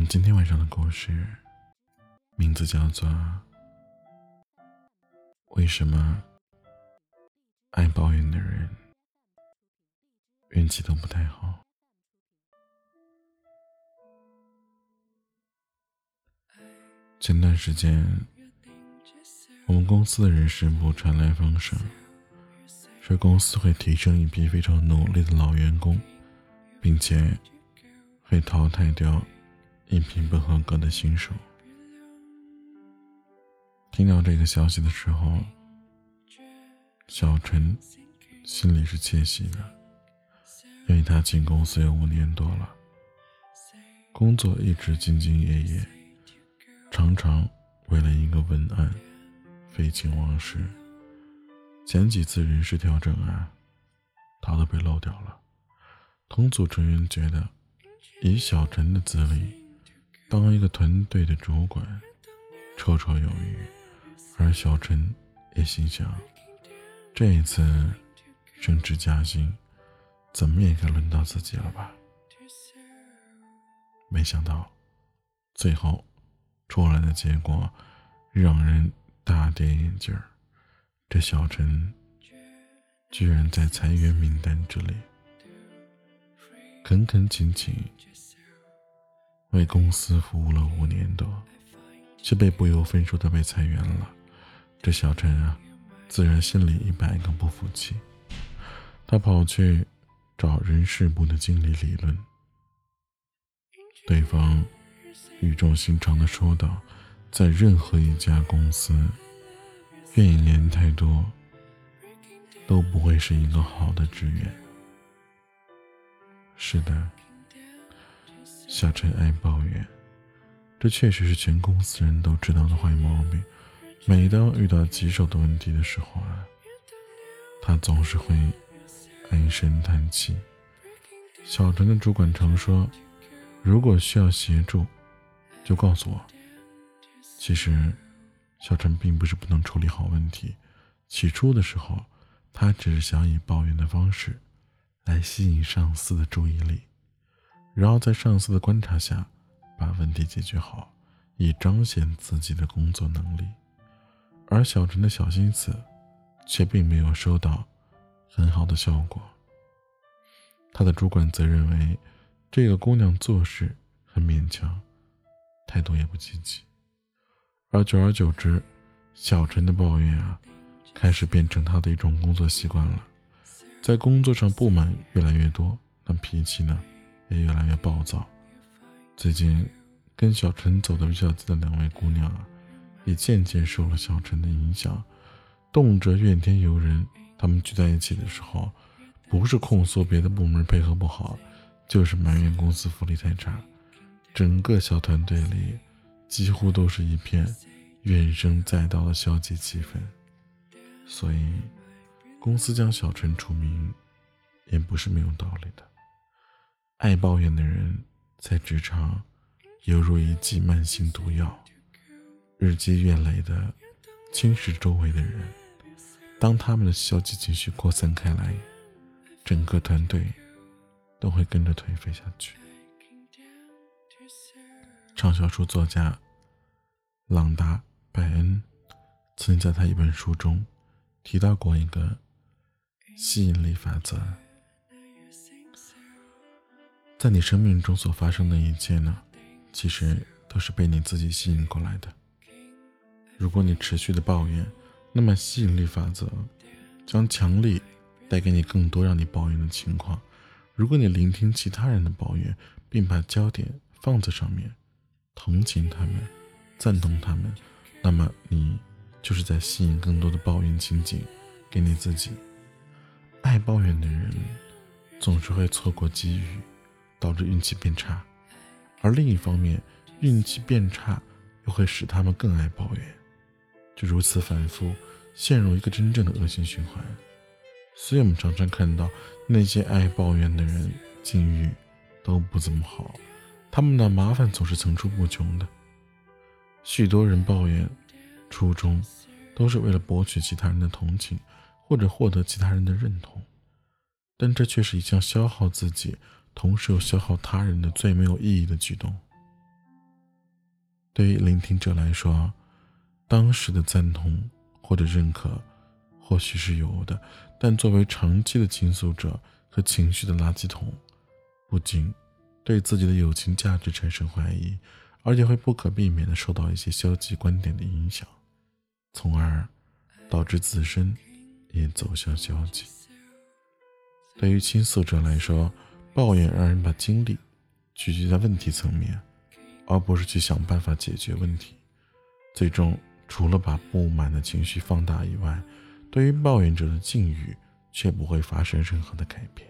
们今天晚上的故事名字叫做为什么爱抱怨的人运气都不太好。前段时间我们公司的人事部传来风声，说公司会提升一批非常努力的老员工，并且会淘汰掉一批不合格的新手。听到这个消息的时候，小陈心里是窃喜的，因为他进公司有5年多了，工作一直兢兢业业，常常为了一个文案废寝忘食。前几次人事调整他都被漏掉了。同组成员觉得以小陈的资历当一个团队的主管绰绰有余，而小陈也心想，这一次升职加薪怎么也该轮到自己了吧。没想到最后出来的结果让人大跌眼镜儿，这小陈居然在裁员名单之里，恳恳请请为公司服务了5年多，却被不由分说的被裁员了。这小陈自然心里100个不服气，他跑去找人事部的经理理论。对方语重心长地说道，在任何一家公司，怨言太多都不会是一个好的职员。是的，小陈爱抱怨，这确实是全公司人都知道的坏毛病。每当遇到棘手的问题的时候他总是会唉声叹气。小陈的主管常说，如果需要协助就告诉我。其实小陈并不是不能处理好问题，起初的时候他只是想以抱怨的方式来吸引上司的注意力，然后在上司的观察下把问题解决好，以彰显自己的工作能力。而小陈的小心思却并没有收到很好的效果。他的主管则认为这个姑娘做事很勉强，态度也不积极。而久而久之，小陈的抱怨开始变成他的一种工作习惯了。在工作上不满越来越多，那脾气也越来越暴躁。最近跟小陈走得比较近的2位姑娘也渐渐受了小陈的影响，动辄怨天尤人。他们聚在一起的时候，不是控诉别的部门配合不好，就是埋怨公司福利太差。整个小团队里几乎都是一片怨声载道的消极气氛。所以公司将小陈除名也不是没有道理的。爱抱怨的人在职场犹如一剂慢性毒药，日积月累的侵蚀周围的人。当他们的消极情绪扩散开来，整个团队都会跟着颓废下去。畅销书作家朗达·拜恩曾在他一本书中提到过一个吸引力法则。在你生命中所发生的一切其实都是被你自己吸引过来的。如果你持续的抱怨，那么吸引力法则将强力带给你更多让你抱怨的情况。如果你聆听其他人的抱怨，并把焦点放在上面，同情他们，赞同他们，那么你就是在吸引更多的抱怨情景给你自己。爱抱怨的人总是会错过机遇，导致运气变差。而另一方面，运气变差又会使他们更爱抱怨，就如此反复，陷入一个真正的恶性循环。所以我们常常看到那些爱抱怨的人境遇都不怎么好，他们的麻烦总是层出不穷的。许多人抱怨初衷都是为了博取其他人的同情，或者获得其他人的认同，但这却是一项消耗自己同时又消耗他人的最没有意义的举动。 对于聆听者来说，当时的赞同或者认可或许是有的，但作为长期的倾诉者和情绪的垃圾桶，不仅对自己的友情价值产生怀疑，而且会不可避免地受到一些消极观点的影响，从而导致自身也走向消极。对于倾诉者来说，抱怨让人把精力聚集在问题层面，而不是去想办法解决问题，最终除了把不满的情绪放大以外，对于抱怨者的境遇却不会发生任何的改变。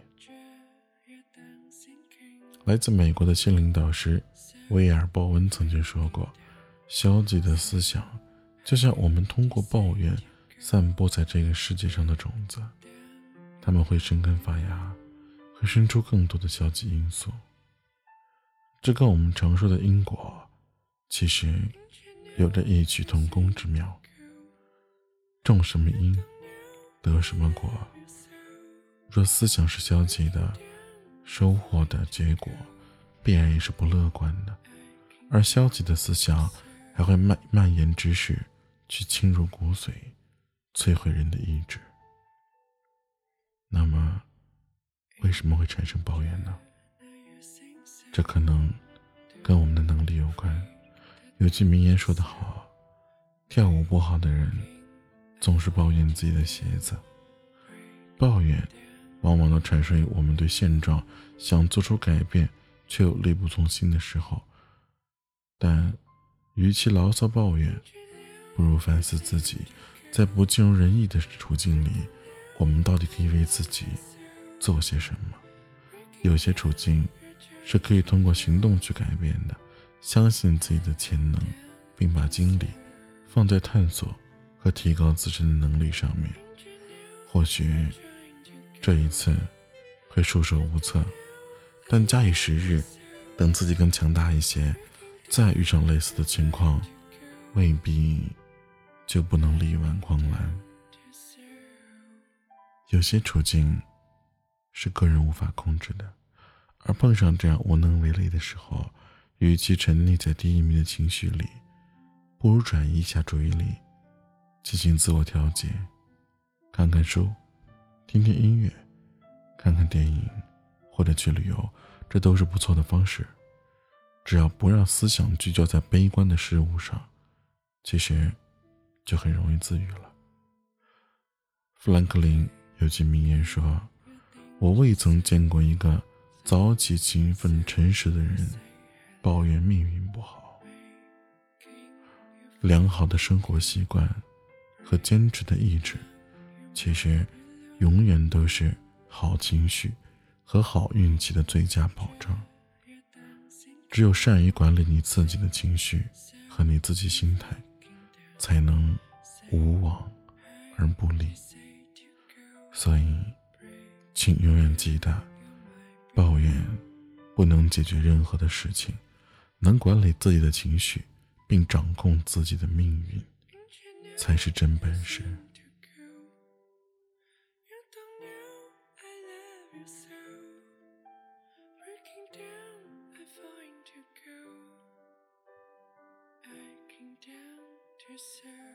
来自美国的心灵导师威尔·鲍温曾经说过，消极的思想就像我们通过抱怨散播在这个世界上的种子，它们会生根发芽，会生出更多的消极因素。这跟我们常说的因果其实有着异曲同工之妙，种什么因得什么果。若思想是消极的，收获的结果必然也是不乐观的，而消极的思想还会蔓延知识，去侵入骨髓，摧毁人的意志。那么为什么会产生抱怨呢？这可能跟我们的能力有关。有句名言说得好，跳舞不好的人总是抱怨自己的鞋子。抱怨往往都产生于我们对现状想做出改变却又力不从心的时候，但与其牢骚抱怨，不如反思自己在不尽如人意的处境里，我们到底可以为自己做些什么。有些处境是可以通过行动去改变的，相信自己的潜能，并把精力放在探索和提高自身的能力上面。或许这一次会束手无策，但假以时日，等自己更强大一些，再遇上类似的情况，未必就不能力挽狂澜。有些处境是个人无法控制的，而碰上这样无能为力的时候，与其沉溺在低迷的情绪里，不如转移一下注意力，进行自我调节，看看书，听听音乐，看看电影，或者去旅游，这都是不错的方式。只要不让思想聚焦在悲观的事物上，其实就很容易自愈了。富兰克林有句名言说，我未曾见过一个早起勤奋诚实的人抱怨命运不好。良好的生活习惯和坚持的意志，其实永远都是好情绪和好运气的最佳保障。只有善于管理你自己的情绪和你自己心态，才能无往而不利。所以请永远记得，抱怨不能解决任何的事情，能管理自己的情绪并掌控自己的命运才是真本事。 down to serve.